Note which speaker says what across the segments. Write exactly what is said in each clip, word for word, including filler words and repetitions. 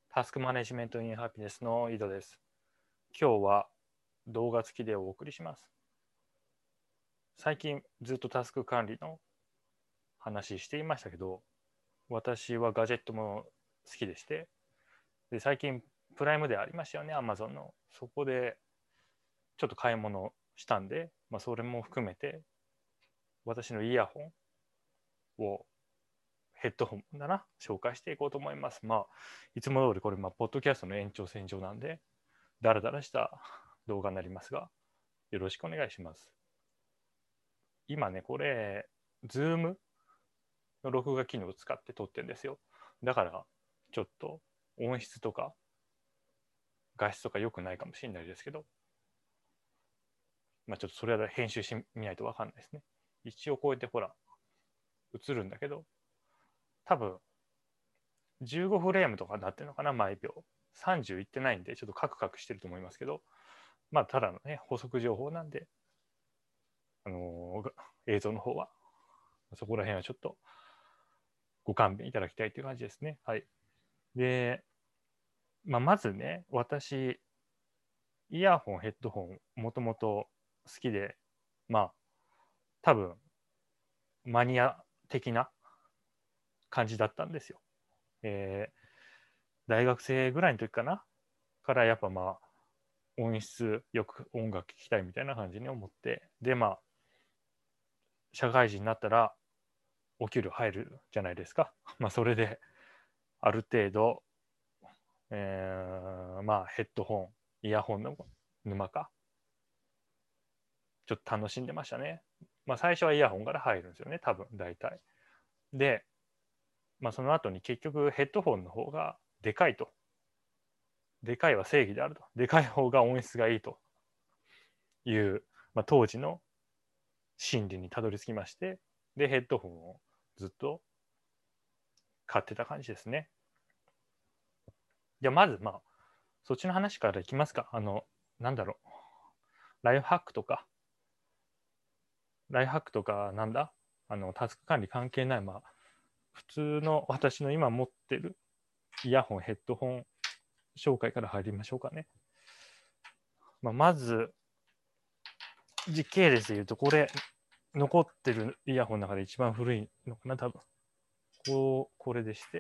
Speaker 1: タスクマネジメントインハピネスの井戸です。今日は動画付きでお送りします。最近ずっとタスク管理の話していましたけど、私はガジェットも好きでして、で最近プライムでありましたよね、Amazon の。そこでちょっと買い物したんで、まあ、それも含めて私のイヤホンをヘッドホンだな紹介していこうと思います。まあいつも通りこれまあポッドキャストの延長線上なんでダラダラした動画になりますが、よろしくお願いします。今ね、これ、Zoom の録画機能を使って撮ってるんですよ。だから、ちょっと音質とか画質とか良くないかもしれないですけど、まあちょっとそれは編集してみないと分かんないですね。一応こうやってほら、映るんだけど、多分、じゅうごフレームとかになってるのかな、毎秒。さんじゅういってないんで、ちょっとカクカクしてると思いますけど、まあただのね、補足情報なんで、あのー映像の方は、そこら辺はちょっとご勘弁いただきたいという感じですね。はい。で、まあ、まずね、私、イヤホン、ヘッドホン、もともと好きで、まあ、多分、マニア的な感じだったんですよ。えー、大学生ぐらいの時かなからやっぱまあ、音質よく音楽聴きたいみたいな感じに思って、で、まあ、社会人になったら、お給料入るじゃないですか。まあ、それで、ある程度、えー、まあ、ヘッドホン、イヤホンの沼か、ちょっと楽しんでましたね。まあ、最初はイヤホンから入るんですよね、多分、大体。で、まあ、その後に結局ヘッドホンの方がでかいと。でかいは正義であると。でかい方が音質がいいという、まあ、当時の心理にたどり着きまして、で、ヘッドホンをずっと買ってた感じですね。じゃあ、まず、まあ、そっちの話からいきますか。あの、なんだろう。ライフハックとか、ライフハックとか、なんだあの、タスク管理関係ない、まあ、普通の私の今持ってるイヤホン、ヘッドホン紹介から入りましょうかね。まあ、まず、時系列で言うと、これ、残ってるイヤホンの中で一番古いのかな、多分。こう、これでして。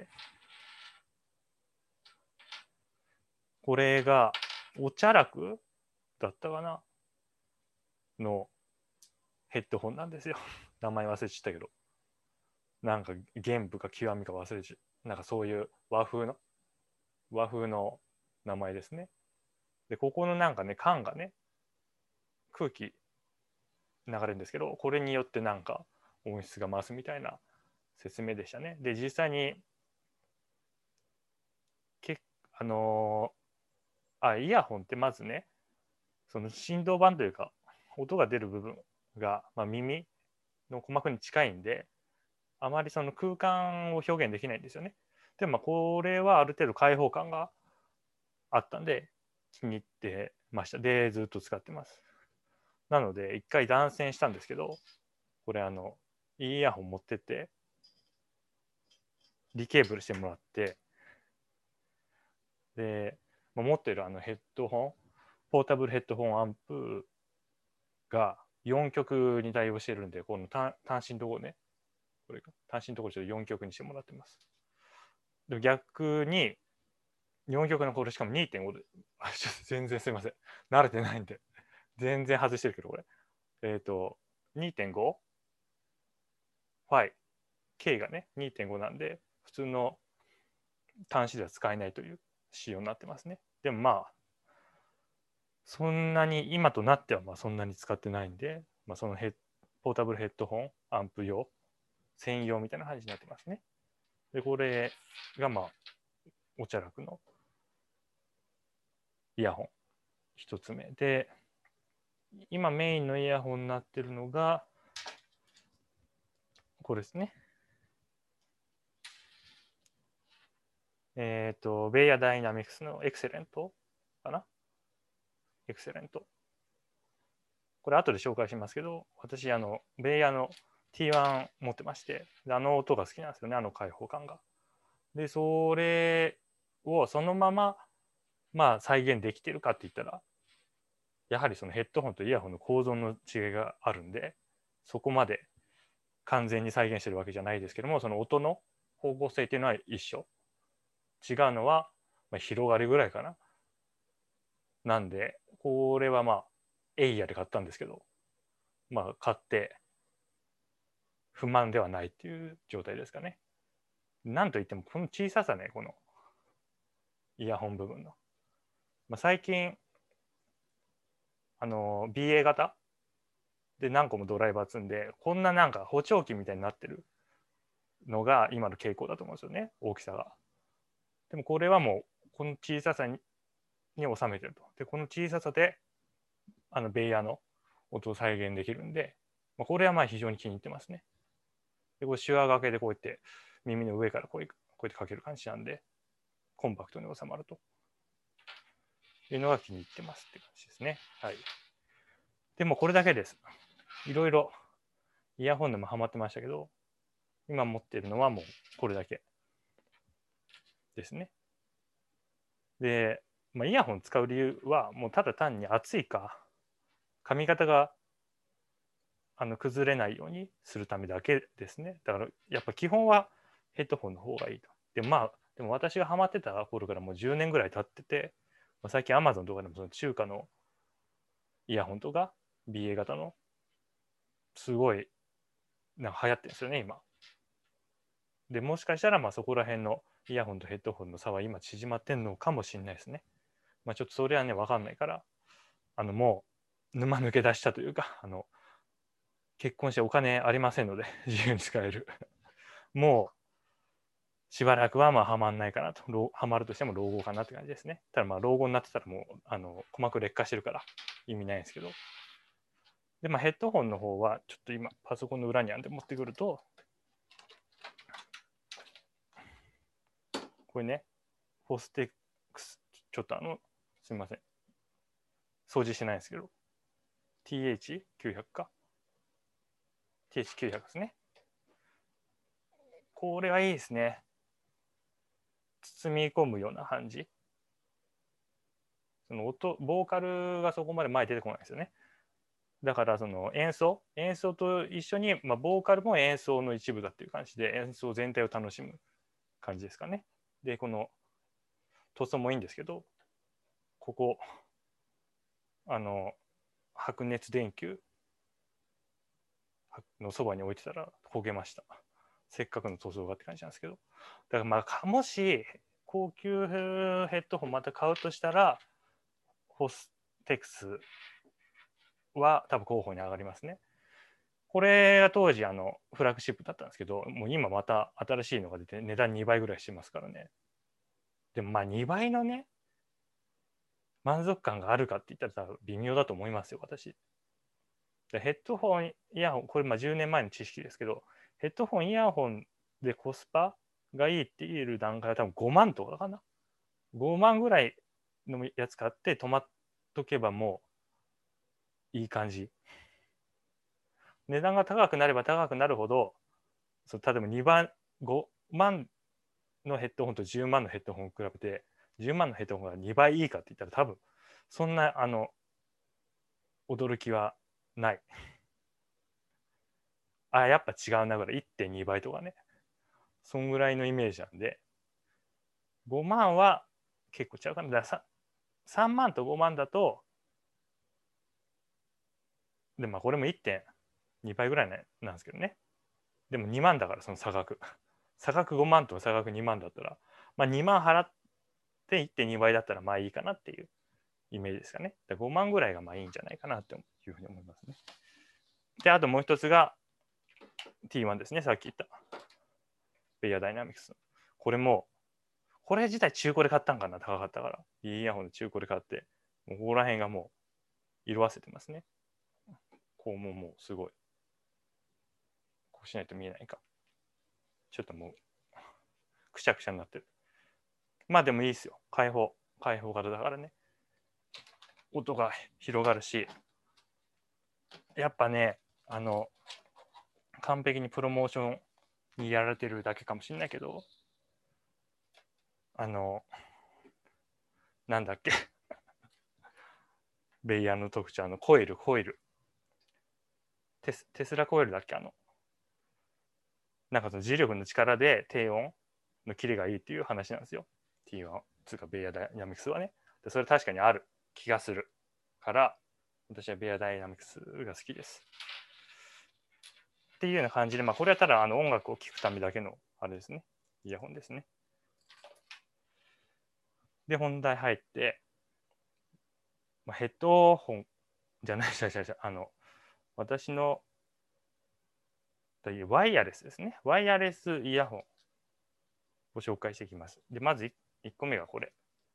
Speaker 1: これが、お茶楽だったかなのヘッドホンなんですよ。名前忘れちゃったけど。なんか、原部か極みか忘れちゃう。なんかそういう和風の、和風の名前ですね。で、ここのなんかね、缶がね、空気流れるんですけど、これによってなんか音質が増すみたいな説明でしたね。で、実際に、けあのー、あ、イヤホンってまずね、その振動板というか、音が出る部分が、まあ、耳の鼓膜に近いんで、あまりその空間を表現できないんですよね。でもまあこれはある程度開放感があったんで気に入ってました。で、ずっと使ってます。なので一回断線したんですけど、これあの、イヤホン持ってってリケーブルしてもらって、で、まあ、持ってるあのヘッドホン、ポータブルヘッドホンアンプがよんきょくに対応してるんで、この単身のところね、これ単身のところちょっとよんきょくにしてもらってます。でも逆によんきょくのこれしかも にてんご で、あ、ちょっと全然すいません。慣れてないんで。全然外してるけど、これ。えっ、ー、と、にてんご? ファイ。K がね、にてんご なんで、普通の端子では使えないという仕様になってますね。でもまあ、そんなに、今となってはまあそんなに使ってないんで、まあ、そのヘッポータブルヘッドホン、アンプ用、専用みたいな感じになってますね。で、これがまあ、お茶楽のイヤホン、一つ目。で、今メインのイヤホンになってるのが、これですね。えっ、ー、と、ベイヤダイナミクスのエクセレントかなエクセレント。これ後で紹介しますけど、私、あの、ベイヤの ティーワン 持ってまして、あの音が好きなんですよね、あの開放感が。で、それをそのまままあ再現できてるかって言ったら、やはりそのヘッドホンとイヤホンの構造の違いがあるんで、そこまで完全に再現してるわけじゃないですけども、その音の方向性っていうのは一緒。違うのは、まあ、広がりぐらいかな。なんで、これはまあ、エイヤで買ったんですけど、まあ、買って不満ではないっていう状態ですかね。なんといっても、この小ささね、このイヤホン部分の。まあ、最近、あの、ビーエー 型で何個もドライバー積んで、こんななんか補聴器みたいになってるのが今の傾向だと思うんですよね、大きさが。でもこれはもう、この小ささにに収めてると。で、この小ささで、あの、ベイヤーの音を再現できるんで、まあ、これはまあ非常に気に入ってますね。で、これシュアー掛けでこうやって耳の上からこうこうやってかける感じなんで、コンパクトに収まるというのが気に入ってますって感じですね。はい。でもこれだけです。いろいろイヤホンでもハマってましたけど、今持ってるのはもうこれだけですね。で、まあ、イヤホン使う理由はもうただ単に暑いか、髪型があの崩れないようにするためだけですね。だからやっぱ基本はヘッドホンの方がいいと。でまあでも私がハマってた頃からもうじゅうねんぐらい経ってて、まあ、最近 Amazon とかでもその中華のイヤホンとか ビーエー 型のすごいなんか流行ってるんですよね今。でもしかしたらまあそこら辺のイヤホンとヘッドホンの差は今縮まってんのかもしれないですね。まあちょっとそれはね分かんないからあのもう沼抜け出したというかあの結婚してお金ありませんので自由に使えるもうしばらくはまあはまんないかなと、はまるとしても老後かなって感じですね。ただまあ老後になってたらもうあの鼓膜劣化してるから意味ないんですけど。でまあヘッドホンの方はちょっと今パソコンの裏にあんで持ってくると、これね、フォステックス、ちょっとあの、すみません。掃除してないんですけど、ティーエイチきゅうひゃく か。ティーエイチきゅうひゃく ですね。これはいいですね。包み込むような感じ。その音、ボーカルがそこまで前に出てこないですよね。だからその演奏、演奏と一緒に、まあ、ボーカルも演奏の一部だっていう感じで、演奏全体を楽しむ感じですかね。で、この塗装もいいんですけど、ここ、あの、白熱電球のそばに置いてたら焦げました。せっかくの塗装がって感じなんですけど。だからまあ、もし高級ヘッドホンまた買うとしたら、ホステクスは多分候補に上がりますね。これが当時あのフラッグシップだったんですけど、もう今また新しいのが出て値段にばいぐらいしてますからね。でもまあにばいのね、満足感があるかって言ったら多分微妙だと思いますよ、私。でヘッドホン、イヤホン、これまあじゅうねんまえの知識ですけど、ヘッドホン、イヤホンでコスパがいいって言える段階は多分ごまんとかかな。ごまんぐらいのやつ買って止まっとけばもういい感じ。値段が高くなれば高くなるほど、そう例えばにばん、ごまんのヘッドホンとじゅうまんのヘッドホンを比べて、じゅうまんのヘッドホンがにばいいいかって言ったら多分、そんなあの驚きはない。あ、やっぱ違うなぐらい、いってんにばいとかね。そんぐらいのイメージなんで、ごまんは結構ちゃうかな。だからさんまんとごまんだと、でまあこれもいってんにばいぐらいなんですけどね。でもにまんだからその差額。差額ごまんと差額にまんだったら、まあにまん払って いってんにばいだったらまあいいかなっていうイメージですかね。ごまんぐらいがまあいいんじゃないかなというふうに思いますね。で、あともう一つが ティーワン ですね。さっき言った。ベイヤーダイナミクス。これも、これ自体中古で買ったんかな、高かったから。いいイヤホンで中古で買って、もうここら辺がもう色あせてますね。こうももうすごい。こうしないと見えないか。ちょっともう、くしゃくしゃになってる。まあでもいいですよ。開放。開放型だからね。音が広がるし、やっぱね、あの、完璧にプロモーションにやられてるだけかもしれないけど、あの、 なんだっけベイヤーの特徴、あのコイルコイルテステスラコイルだっけ、あのなんかその磁力の力で低音のキレがいいっていう話なんですよ。ティーワン つうかベイヤーダイナミクスはね。でそれ確かにある気がするから、私はベイヤーダイナミクスが好きです。っていうような感じで、まあ、これはただあの音楽を聴くためだけのあれですね。イヤホンですね。で、本題入って、まあ、ヘッドホンじゃないじゃないじゃあの、私のワイヤレスですね。ワイヤレスイヤホンを紹介していきます。で、まずいっこめがこれ。い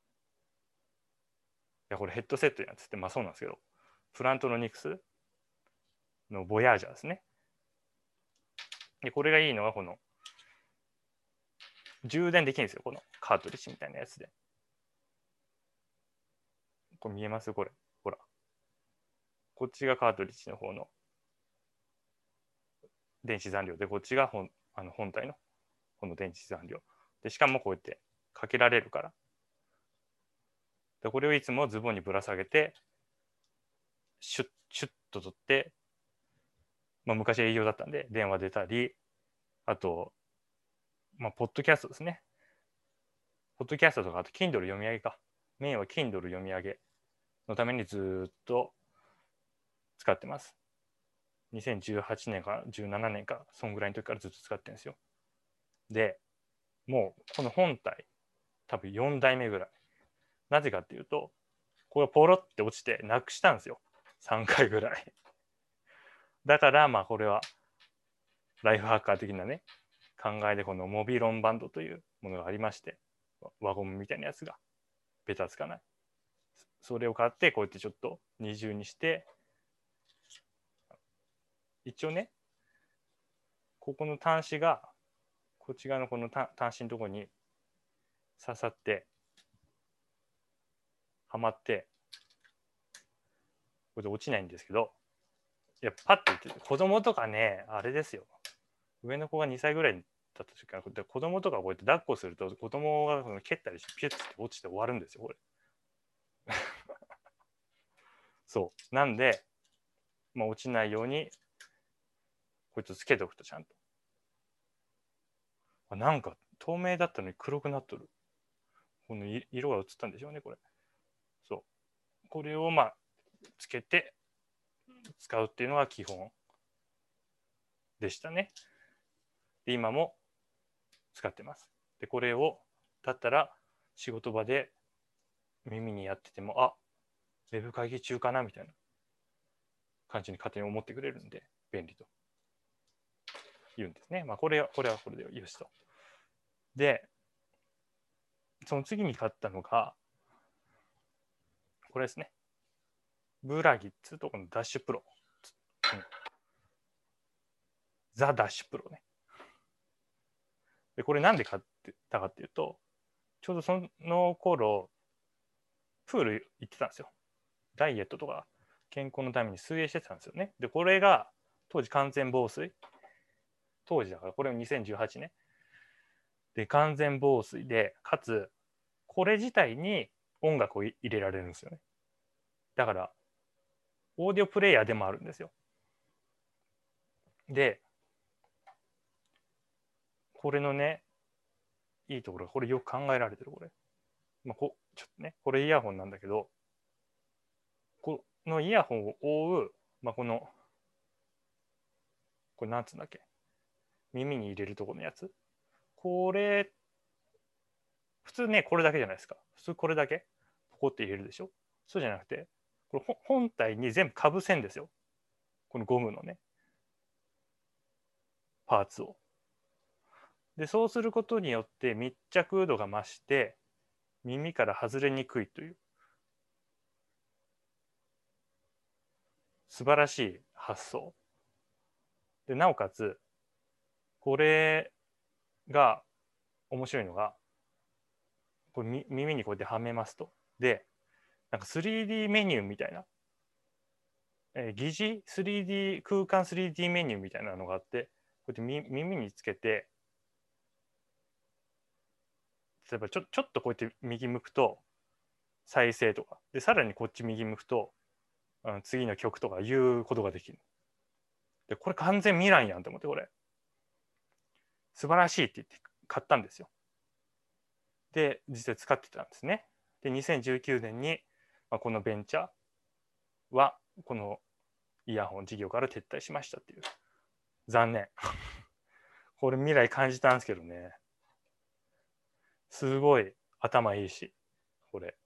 Speaker 1: や、これヘッドセットやつって、まあそうなんですけど、プラントロニクスのボヤージャーですね。で、これがいいのは、この、充電できるんですよ。このカートリッジみたいなやつで。これ見えますこれ。ほら。こっちがカートリッジの方の電子残量で、こっちが本あの本体のこの電池残量。で、しかもこうやってかけられるから。で、これをいつもズボンにぶら下げて、シュッ、シュッと取って、まあ、昔は営業だったんで、電話出たり、あと、まあ、ポッドキャストですね。ポッドキャストとか、あと Kindle 読み上げか。メインは Kindle 読み上げのためにずっと使ってます。にせんじゅうはちねんかじゅうななねんか、そんぐらいの時からずっと使ってるんですよ。で、もうこの本体、多分よんだいめぐらい。なぜかっていうと、これポロって落ちてなくしたんですよ。さんかいぐらい。だから、まあこれはライフハッカー的なね、考えでこのモビロンバンドというものがありまして、輪ゴムみたいなやつがベタつかない。それを買ってこうやってちょっと二重にして、一応ね、ここの端子がこっち側のこの端子のところに刺さってはまって、これで落ちないんですけど、いやパッて言って子供とかね、あれですよ、上の子がにさいぐらいだった時から、子供とかこうやって抱っこすると子供が蹴ったりしてピュッて落ちて終わるんですよこれそうなんで、まあ、落ちないようにこいつつけておくとちゃんと、あ、なんか透明だったのに黒くなっとる、この色が映ったんでしょうねこれ。そうこれをまあつけて使うっていうのが基本でしたね。で今も使ってます。でこれをだったら仕事場で耳にやってても、あ、ウェブ会議中かなみたいな感じに勝手に思ってくれるんで便利と言うんですね。まあこれはこれはこれでよしと。でその次に買ったのがこれですね。ブラギッツとこのダッシュプロ、うん、ザ・ダッシュプロね。でこれなんで買ったかっていうと、ちょうどその頃プール行ってたんですよ。ダイエットとか健康のために水泳してたんですよね。でこれが当時完全防水、当時だからこれもにせんじゅうはちねんで完全防水で、かつこれ自体に音楽を入れられるんですよね。だからオーディオプレイヤーでもあるんですよ。でこれのねいいところが、これよく考えられてるこれ、まあ、こちょっとねこれイヤホンなんだけど、このイヤホンを覆う、まあ、このこれなんつうんだっけ、耳に入れるところのやつ、これ普通ねこれだけじゃないですか。普通これだけポコって入れるでしょ。そうじゃなくてこれ本体に全部かぶせんですよ、このゴムのねパーツを。でそうすることによって密着度が増して耳から外れにくいという素晴らしい発想で、なおかつこれが面白いのが、これ耳にこうやってはめますと、でなんか スリーディー メニューみたいな、えー、疑似 スリーディー 空間 スリーディー メニューみたいなのがあって、こうやって耳につけて、例えばちょちょっとこうやって右向くと再生とかで、さらにこっち右向くと、うん、次の曲とか言うことができる。でこれ完全未来やんと思って、これ素晴らしいって言って買ったんですよ。で実際使ってたんですね。でにせんじゅうきゅうねんに、まあ、このベンチャーはこのイヤホン事業から撤退しましたっていう。残念。これ未来感じたんですけどね。すごい頭いいし、これ。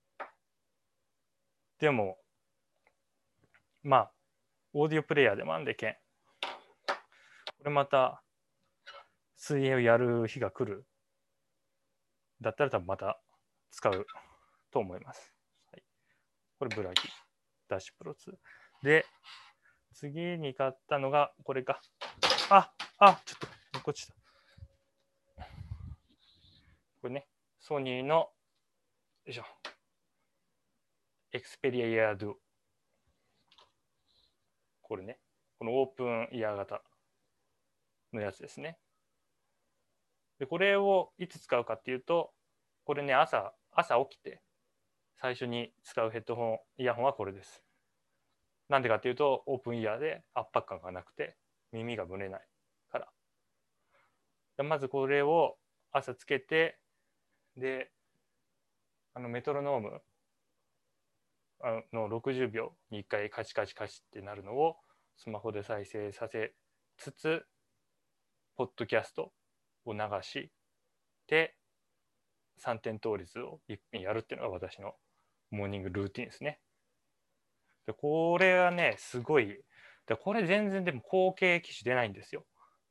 Speaker 1: でも、まあ、オーディオプレイヤーでもあんでけん。これまた、水泳をやる日が来る。だったら多分また使うと思います。はい、これブラギダッシュプロツー。で、次に買ったのがこれか。あ、あ、ちょっと残っちゃった。これね、ソニーの、よいしょ。エクスペリアイヤードゥ。これね、このオープンイヤー型のやつですね。で、これをいつ使うかっていうと、これね、朝、朝起きて、最初に使うヘッドホン、イヤホンはこれです。なんでかっていうと、オープンイヤーで圧迫感がなくて、耳がぶれないから。でまずこれを朝つけて、で、あのメトロノームのろくじゅうびょうにいっかいカチカチカチってなるのをスマホで再生させつつ、ポッドキャストを流して、さんてん倒立をいっぺんやるっていうのが私のモーニングルーティンですね。でこれはね、すごい。でこれ全然でも後継機種出ないんですよ。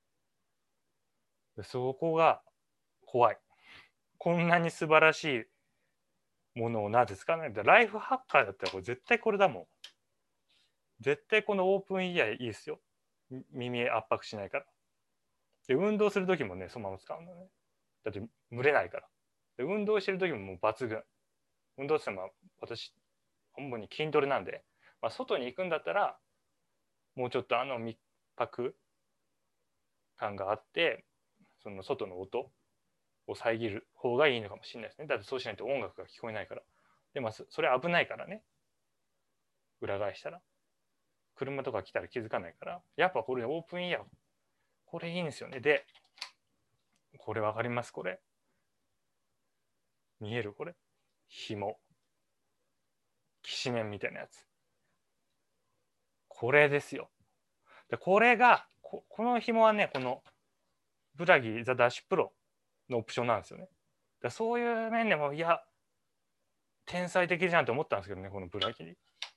Speaker 1: でそこが怖い。こんなに素晴らしいものをなぜ使わないんだ。ライフハッカーだったらこれ絶対これだもん。絶対このオープンイヤーいいですよ。耳圧迫しないから。で運動する時もね、そのまま使うのね。だって蒸れないから。で運動してる時ももう抜群。運動っても私、主に筋トレなんで、まあ、外に行くんだったら、もうちょっとあの密迫感があって、その外の音を遮る方がいいのかもしれないですね。だってそうしないと音楽が聞こえないから。でもそれ危ないからね。裏返したら。車とか来たら気づかないから。やっぱこれオープンイヤー、これいいんですよね。で、これわかりますこれ。見えるこれ。紐。きしめんみたいなやつ。これですよ。で、これが、こ、この紐はね、このブラギザ・ダッシュプロのオプションなんですよね。だそういう面でも、いや、天才的じゃんって思ったんですけどね、このブラギ。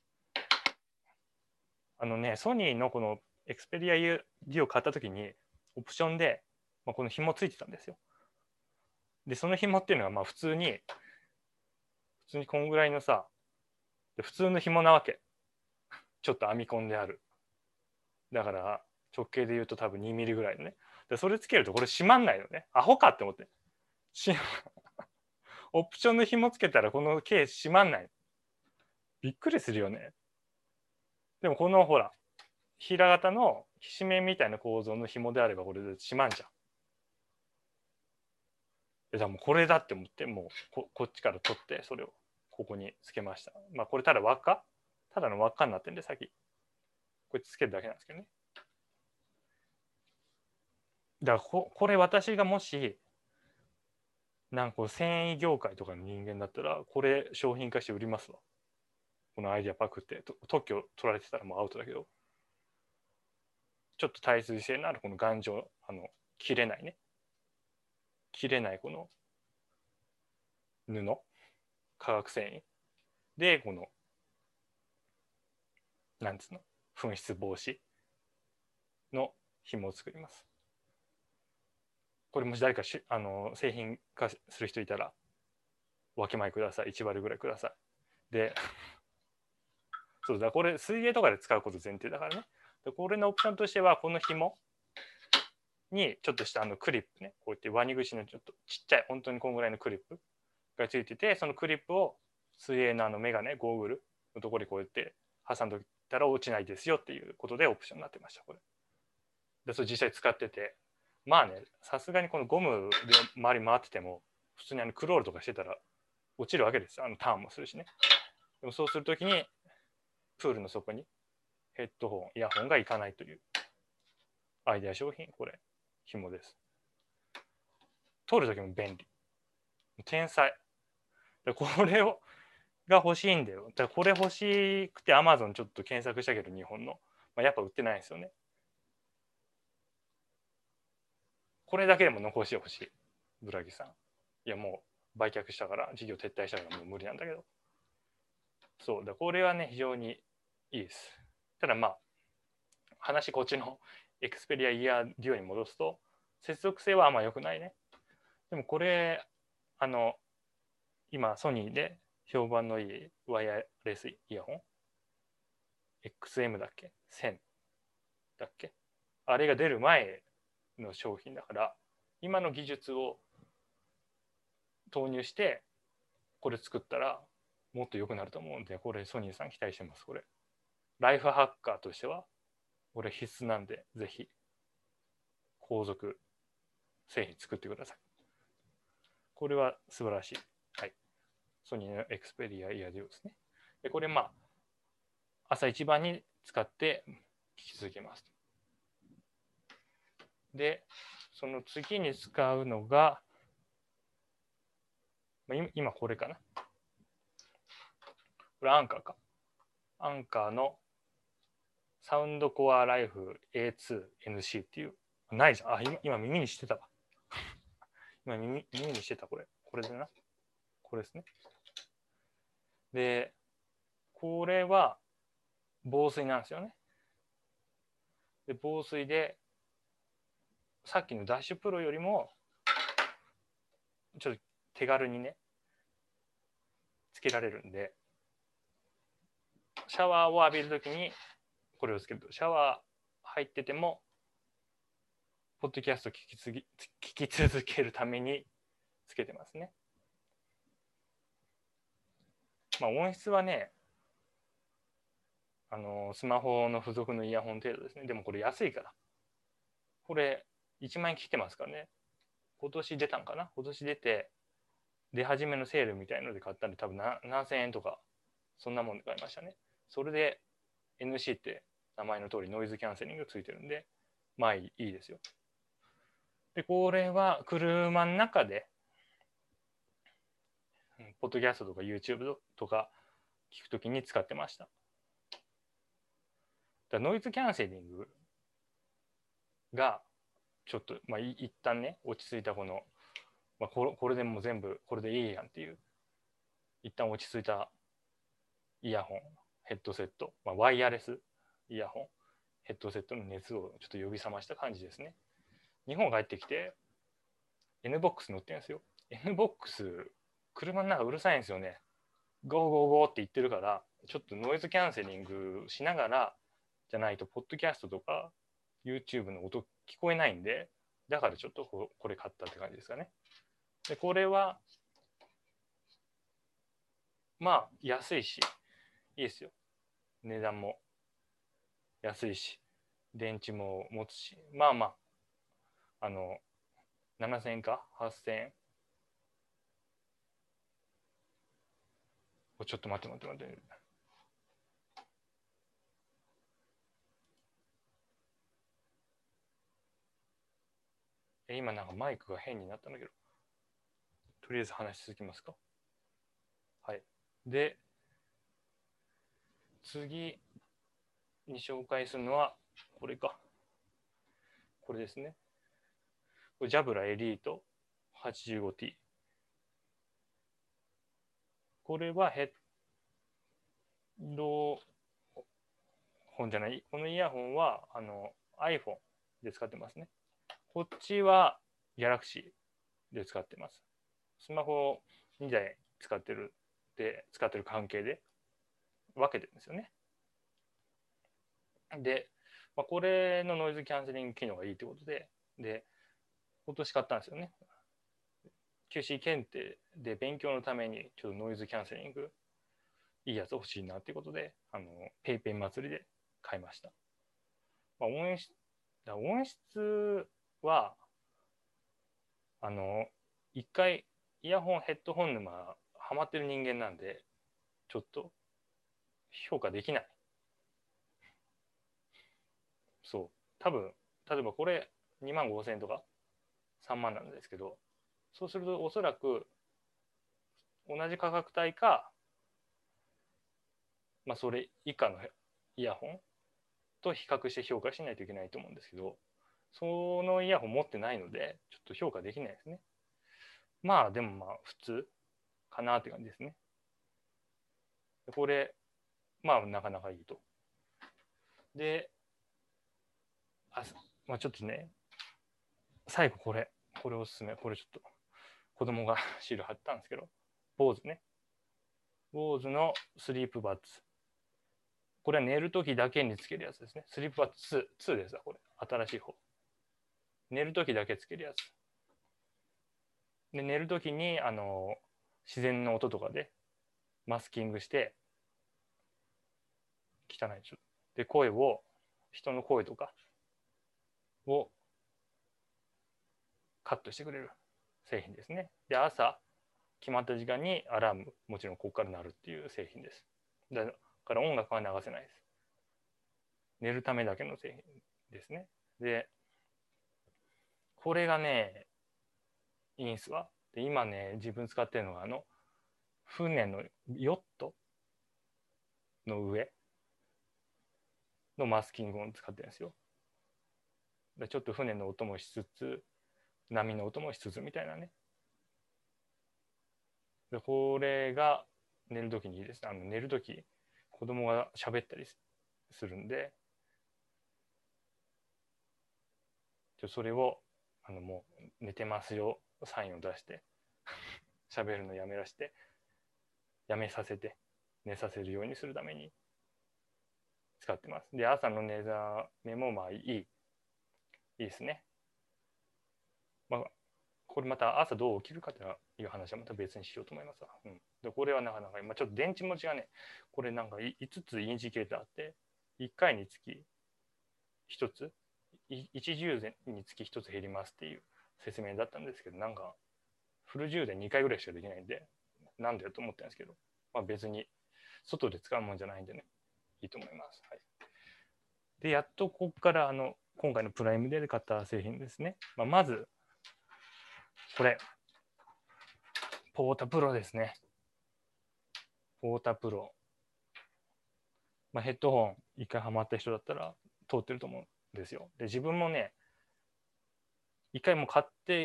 Speaker 1: あのね、ソニーのこのエクスペリア ユーディー を買った時に、オプションで、まあ、この紐ついてたんですよ。で、その紐っていうのは、まあ普通に、普通にこんぐらいのさ、普通の紐なわけ。ちょっと編み込んである。だから直径で言うと多分にミリぐらいのね。でそれつけるとこれ閉まんないのね。アホかって思って。オプションの紐つけたらこのケース閉まんない。びっくりするよね。でもこのほら、平型のきしめんみたいな構造の紐であればこれで閉まんじゃん。でじゃあもうこれだって思って、もう こ, こっちから取ってそれをここにつけました。まあこれただ輪っかただの輪っかになってんで先。これつけるだけなんですけどね。だからここれ私がもしなんかこう繊維業界とかの人間だったらこれ商品化して売りますわ。このアイデアパクって特許取られてたらもうアウトだけど、ちょっと耐水性のあるこの頑丈、あの切れないね、切れないこの布、化学繊維でこのなんつうの紛失防止の紐を作ります。これもし誰かしあの製品化する人いたら分け前ください。いち割ぐらいください。でそうだ、これ水泳とかで使うこと前提だからね。でこれのオプションとしてはこの紐にちょっとしたあのクリップね、こうやってワニ口のちょっとちっちゃい本当にこんぐらいのクリップがついてて、そのクリップを水泳のあのメガネゴーグルのところにこうやって挟んでおいたら落ちないですよっていうことでオプションになってました。これでそれ実際使ってて、まあね、さすがにこのゴムで周り回ってても普通にあのクロールとかしてたら落ちるわけですよ。あのターンもするしね。でもそうするときにプールの底にヘッドホン、イヤホンがいかないというアイデア商品、これ、紐です。取るときも便利。天才。でこれをが欲しいんだよ。だからこれ欲しくて Amazon ちょっと検索したけど日本の、まあ、やっぱ売ってないんですよね。これだけでも残してほしい。ブラギさん。いやもう売却したから事業撤退したからもう無理なんだけど。そうだ、これはね非常にいいです。ただまあ話こっちのエクスペリアイヤーデュオに戻すと接続性はあんま良くないね。でもこれあの今ソニーで評判のいいワイヤレスイヤホン エックスエム だっけせんだっけあれが出る前の商品だから今の技術を投入してこれ作ったらもっと良くなると思うんでこれソニーさん期待してます。これライフハッカーとしてはこれ必須なんでぜひ後続製品作ってください。これは素晴らしい。はい。ソニーのエクスペリアイヤーデュオですね。でこれまあ朝一番に使って聞き続けます。でその次に使うのが今これかな。これアンカーか。アンカーのサウンドコアライフ エーツーエヌシー っていう。ないじゃん。あ、今今耳にしてたわ。今耳耳にしてたこれ。これだな。これですね。で、これは防水なんですよね。で、防水で、さっきのダッシュプロよりも、ちょっと手軽にね、つけられるんで、シャワーを浴びるときにこれをつけると、シャワー入ってても、ポッドキャスト聞きつぎ聞き続けるためにつけてますね。まあ、音質はね、あのスマホの付属のイヤホン程度ですね。でもこれ安いから。これいちまん円切ってますからね。今年出たんかな。今年出て、出始めのセールみたいので買ったんで、多分なななせんえんとか、そんなもんで買いましたね。それで エヌシー って名前の通りノイズキャンセリングついてるんで、まあいいですよ。で、これは車の中で、ポッドキャストとか YouTube とか聞くときに使ってました。だノイズキャンセリングがちょっと、まあ、一旦ね落ち着いたこの、まあ、これこれでもう全部これでいいやんっていう一旦落ち着いたイヤホンヘッドセット、まあ、ワイヤレスイヤホンヘッドセットの熱をちょっと呼び覚ました感じですね。日本帰ってきて N ボックス乗ってるんですよ。 N ボックス車の中うるさいんですよね。ゴーゴーゴーって言ってるからちょっとノイズキャンセリングしながらじゃないとポッドキャストとか YouTube の音聞こえないんで、だからちょっとこれ買ったって感じですかね。でこれはまあ安いしいいですよ。値段も安いし電池も持つし、まあまああのななせんえんかはっせんえん。ちょっと待って待って待って。え今なんかマイクが変になったんだけど、とりあえず話し続きますか。はい。で次に紹介するのはこれか。これですね。これジャブラエリート はちじゅうごティー。これはヘッドホンじゃない。このイヤホンはあの iPhone で使ってますね。こっちは Galaxy で使ってます。スマホにだい使ってるで使ってる関係で分けてるんですよね。で、まあ、これのノイズキャンセリング機能がいいってことで、で、今年買ったんですよね。キューシー 検定で勉強のためにちょっとノイズキャンセリングいいやつ欲しいなっていうことで、あのペイペイ祭りで買いました。まあ、音質音質はあの一回イヤホンヘッドホン沼ハマってる人間なんで、ちょっと評価できない。そう。多分、例えばこれにまんごせんえんとかさんまんなんですけど、そうするとおそらく同じ価格帯か、まあ、それ以下のイヤホンと比較して評価しないといけないと思うんですけど、そのイヤホン持ってないので、ちょっと評価できないですね。まあ、でもまあ、普通かなって感じですね。これ、まあ、なかなかいいと。で、あ、まあ、ちょっとね、最後これ、これおすすめ。これちょっと子供がシール貼ったんですけど、坊主ね。坊主のスリープバッツ。これは寝るときだけにつけるやつですね。スリープバッツに、ツーですわ、これ。新しい方。寝るときだけつけるやつ。で、寝るときに、あの、自然の音とかでマスキングして、汚いでしょ。で、声を、人の声とかをカットしてくれる製品ですね。で、朝、決まった時間にアラーム、もちろんここから鳴るっていう製品です。だから音楽は流せないです。寝るためだけの製品ですね。で、これがね、いいんすわ。で、今ね、自分使ってるのが、あの、船のヨットの上のマスキングを使ってるんですよ。でちょっと船の音もしつつ、波の音もしつつみたいなね。で、これが寝るときにいいです。あの寝るとき、子供が喋ったりするんで、それを、あの、もう寝てますよ、サインを出して、喋るのやめらして、やめさせて、寝させるようにするために使ってます。で、朝の寝覚めもまあいい、いいですね。まあ、これまた朝どう起きるかという話はまた別にしようと思いますわ。うん、でこれはなかなか、まあ、ちょっと電池持ちがね、これなんかいつつインジケーターあって、いっかいにつきひとつ、いち充電につきひとつ減りますっていう説明だったんですけど、なんかフル充電にかいぐらいしかできないんで、なんだよと思ったんですけど、まあ、別に外で使うもんじゃないんでね、いいと思います。はい、で、やっとここからあの今回のプライムデーで買った製品ですね。まあ、まず、これ、ポータプロですね。ポータプロ。まあ、ヘッドホン一回ハマった人だったら通ってると思うんですよ。で、自分もね、一回も買って、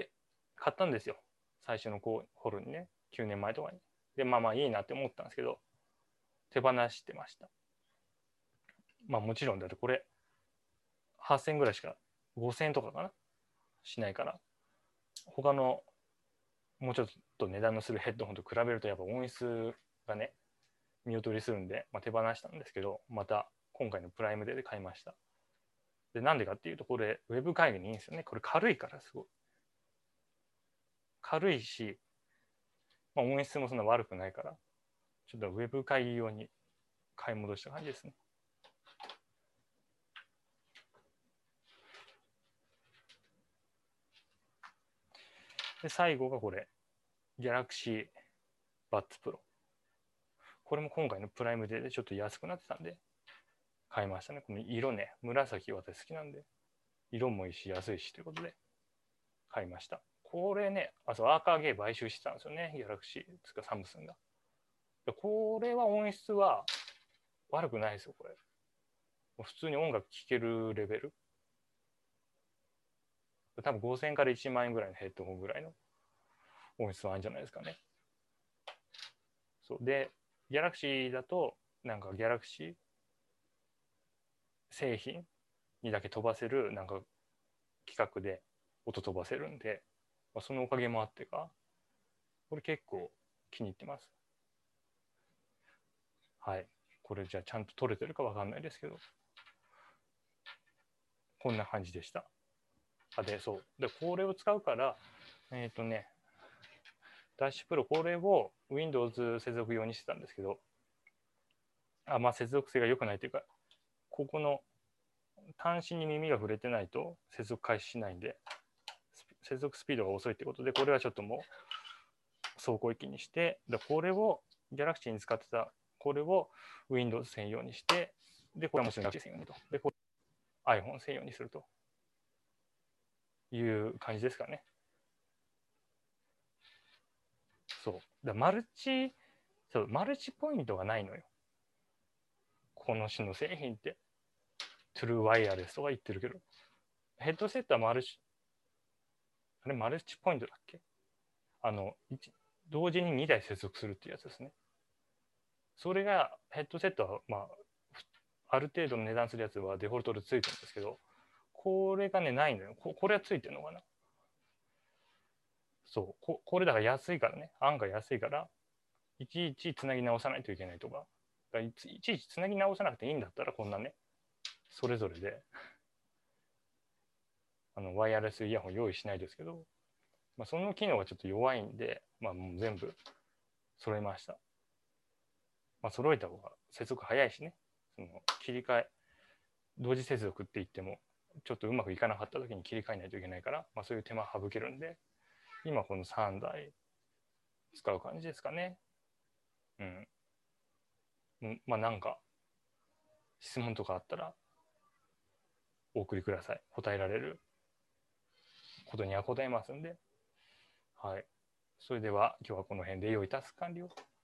Speaker 1: 買ったんですよ。最初のこうホルにね、きゅうねんまえとかに。で、まあまあいいなって思ったんですけど、手放してました。まあもちろんだってこれ、はっせんえんぐらいしか、ごせんえんとかかなしないから、他のもうちょっと値段のするヘッドホンと比べるとやっぱ音質がね、見劣りするんで、まあ、手放したんですけど、また今回のプライムデーで買いました。で、なんでかっていうと、これ、ウェブ会議にいいんですよね。これ軽いからすごい。軽いし、まあ、音質もそんな悪くないから、ちょっとウェブ会議用に買い戻した感じですね。で、最後がこれ、Galaxy Buds Pro。これも今回のプライムデーでちょっと安くなってたんで、買いましたね。この色ね、紫私好きなんで、色もいいし、安いしということで、買いました。これね、あとアーカーゲー買収してたんですよね、ギャラクシーつかサムスンが。これは音質は悪くないですよ、これ。普通に音楽聴けるレベル。多分ごせんえんからいちまん円ぐらいのヘッドホンぐらいの音質はあるんじゃないですかね。そうで、ギャラクシーだと、なんかギャラクシー製品にだけ飛ばせるなんか企画で音飛ばせるんで、まあ、そのおかげもあってか、これ結構気に入ってます。はい。これじゃあちゃんと撮れてるかわかんないですけど、こんな感じでした。あ、で、そう。で、これを使うから、えっ、ー、とね、ダッシュプロ、これを Windows 接続用にしてたんですけど、あ、まあ接続性が良くないというか、ここの端子に耳が触れてないと接続開始しないんで、接続スピードが遅いってことで、これはちょっとも走行域にして、でこれを Galaxy に使ってたこれを Windows 専用にして、でこれはもちろん Galaxy 専用にと、でこれ iPhone 専用にするという感じですかね。そうだ、マルチそうマルチポイントがないのよ、この種の製品って。トゥルーワイヤレスとか言ってるけど、ヘッドセットはマルチあれマルチポイントだっけ、あの同時ににだい接続するっていうやつですね。それがヘッドセットはまあある程度の値段するやつはデフォルトでついてるんですけど、これがねないのよ。 こ, これはついてるのかな。そうここれだから安いからね、案外安いからいちいちつなぎ直さないといけないとか、かいちいちつなぎ直さなくていいんだったらこんなねそれぞれであのワイヤレスイヤホン用意しないですけど、まあ、その機能がちょっと弱いんで、まあ、もう全部揃えました。まあ、揃えた方が接続早いしね、その切り替え同時接続って言ってもちょっとうまくいかなかった時に切り替えないといけないから、まあ、そういう手間省けるんで、今このさんだい使う感じですかね。うん。まあなんか質問とかあったらお送りください。答えられることには答えますんで。はい。それでは今日はこの辺で良いタスク完了。